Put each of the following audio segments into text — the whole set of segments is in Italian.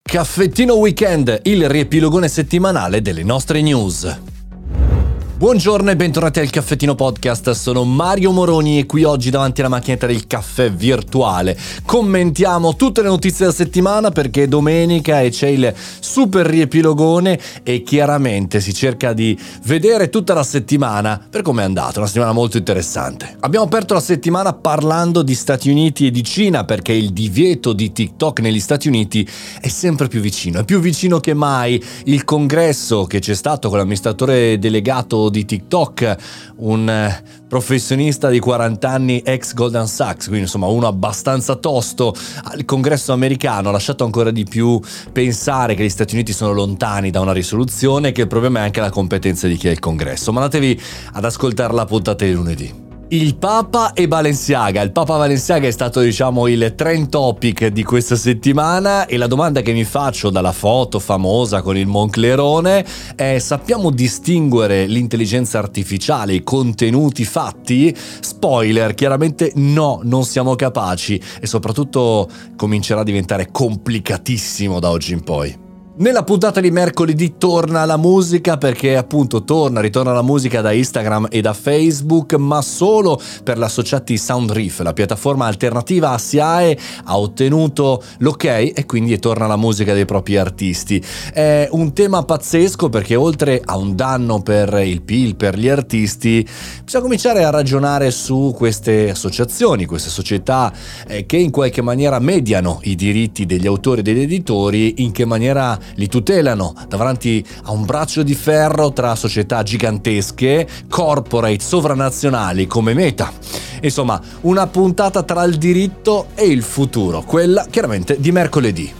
Caffettino Weekend, il riepilogone settimanale delle nostre news. Buongiorno e bentornati al Caffettino Podcast, sono Mario Moroni e qui oggi davanti alla macchinetta del caffè virtuale commentiamo tutte le notizie della settimana perché è domenica e c'è il super riepilogone e chiaramente si cerca di vedere tutta la settimana per come è andata, una settimana molto interessante. Abbiamo aperto la settimana parlando di Stati Uniti e di Cina perché il divieto di TikTok negli Stati Uniti è sempre più vicino, è più vicino che mai. Il congresso che c'è stato con l'amministratore delegato di TikTok, un professionista di 40 anni ex Goldman Sachs, quindi insomma uno abbastanza tosto al congresso americano, ha lasciato ancora di più pensare che gli Stati Uniti sono lontani da una risoluzione, che il problema è anche la competenza di chi è il congresso. Ma andatevi ad ascoltare la puntata di lunedì. Il Papa e Balenciaga. Il Papa Balenciaga è stato, il trend topic di questa settimana e la domanda che mi faccio dalla foto famosa con il Monclerone è: sappiamo distinguere l'intelligenza artificiale, i contenuti fatti? Spoiler, chiaramente no, non siamo capaci e soprattutto comincerà a diventare complicatissimo da oggi in poi. Nella puntata di mercoledì torna la musica perché appunto ritorna la musica da Instagram e da Facebook, ma solo per l'associati Soundreef, la piattaforma alternativa a SIAE ha ottenuto l'ok e quindi torna la musica dei propri artisti. È un tema pazzesco perché oltre a un danno per il PIL, per gli artisti, bisogna cominciare a ragionare su queste associazioni, queste società che in qualche maniera mediano i diritti degli autori e degli editori, in che maniera li tutelano davanti a un braccio di ferro tra società gigantesche, corporate sovranazionali come Meta. Insomma, una puntata tra il diritto e il futuro, quella chiaramente di mercoledì.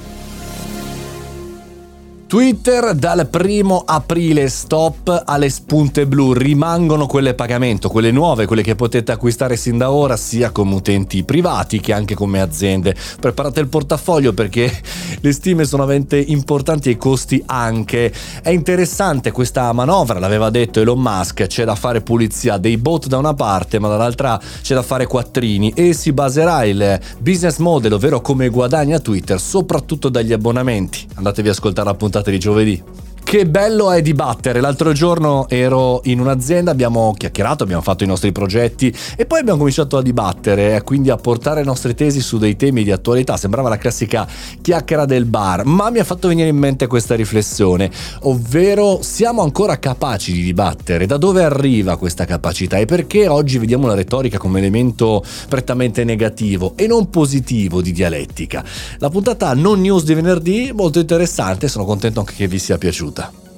Twitter dal 1 aprile, stop alle spunte blu, rimangono quelle a pagamento, quelle nuove, quelle che potete acquistare sin da ora sia come utenti privati che anche come aziende. Preparate il portafoglio perché le stime sono veramente importanti e i costi anche. È interessante questa manovra, l'aveva detto Elon Musk, c'è da fare pulizia dei bot da una parte ma dall'altra c'è da fare quattrini e si baserà il business model, ovvero come guadagna Twitter, soprattutto dagli abbonamenti. Andatevi a ascoltare la puntata di giovedì. Che bello è dibattere. L'altro giorno ero in un'azienda, abbiamo chiacchierato, abbiamo fatto i nostri progetti e poi abbiamo cominciato a dibattere, quindi a portare le nostre tesi su dei temi di attualità. Sembrava la classica chiacchiera del bar, ma mi ha fatto venire in mente questa riflessione, ovvero siamo ancora capaci di dibattere? Da dove arriva questa capacità e perché oggi vediamo la retorica come elemento prettamente negativo e non positivo di dialettica? La puntata non news di venerdì, molto interessante, sono contento anche che vi sia piaciuta.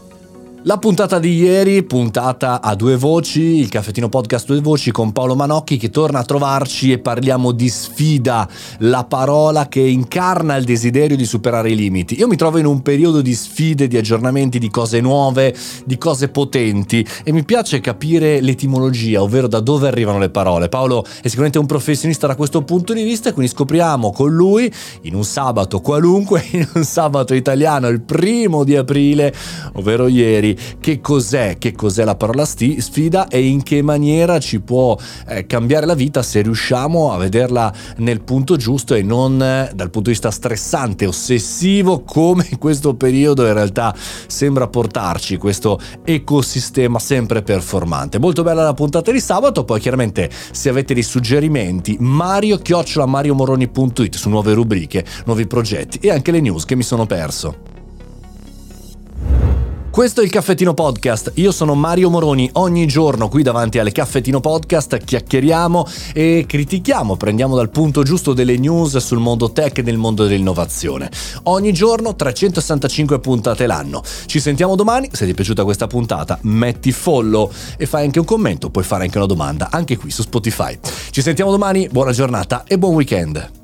La puntata di ieri, puntata a due voci, il Caffettino Podcast due voci con Paolo Manocchi che torna a trovarci e parliamo di sfida, la parola che incarna il desiderio di superare i limiti. Io mi trovo in un periodo di sfide, di aggiornamenti, di cose nuove, di cose potenti e mi piace capire l'etimologia, ovvero da dove arrivano le parole. Paolo è sicuramente un professionista da questo punto di vista e quindi scopriamo con lui in un sabato qualunque, in un sabato italiano, il 1 di aprile, ovvero ieri, che cos'è la parola sfida e in che maniera ci può cambiare la vita se riusciamo a vederla nel punto giusto e non dal punto di vista stressante, ossessivo, come in questo periodo in realtà sembra portarci questo ecosistema sempre performante. Molto bella la puntata di sabato. Poi chiaramente se avete dei suggerimenti, mario@mariomoroni.it su nuove rubriche, nuovi progetti e anche le news che mi sono perso. Questo è il Caffettino Podcast, io sono Mario Moroni, ogni giorno qui davanti al Caffettino Podcast chiacchieriamo e critichiamo, prendiamo dal punto giusto delle news sul mondo tech e nel mondo dell'innovazione. Ogni giorno 365 puntate l'anno. Ci sentiamo domani, se ti è piaciuta questa puntata metti follow e fai anche un commento, puoi fare anche una domanda, anche qui su Spotify. Ci sentiamo domani, buona giornata e buon weekend.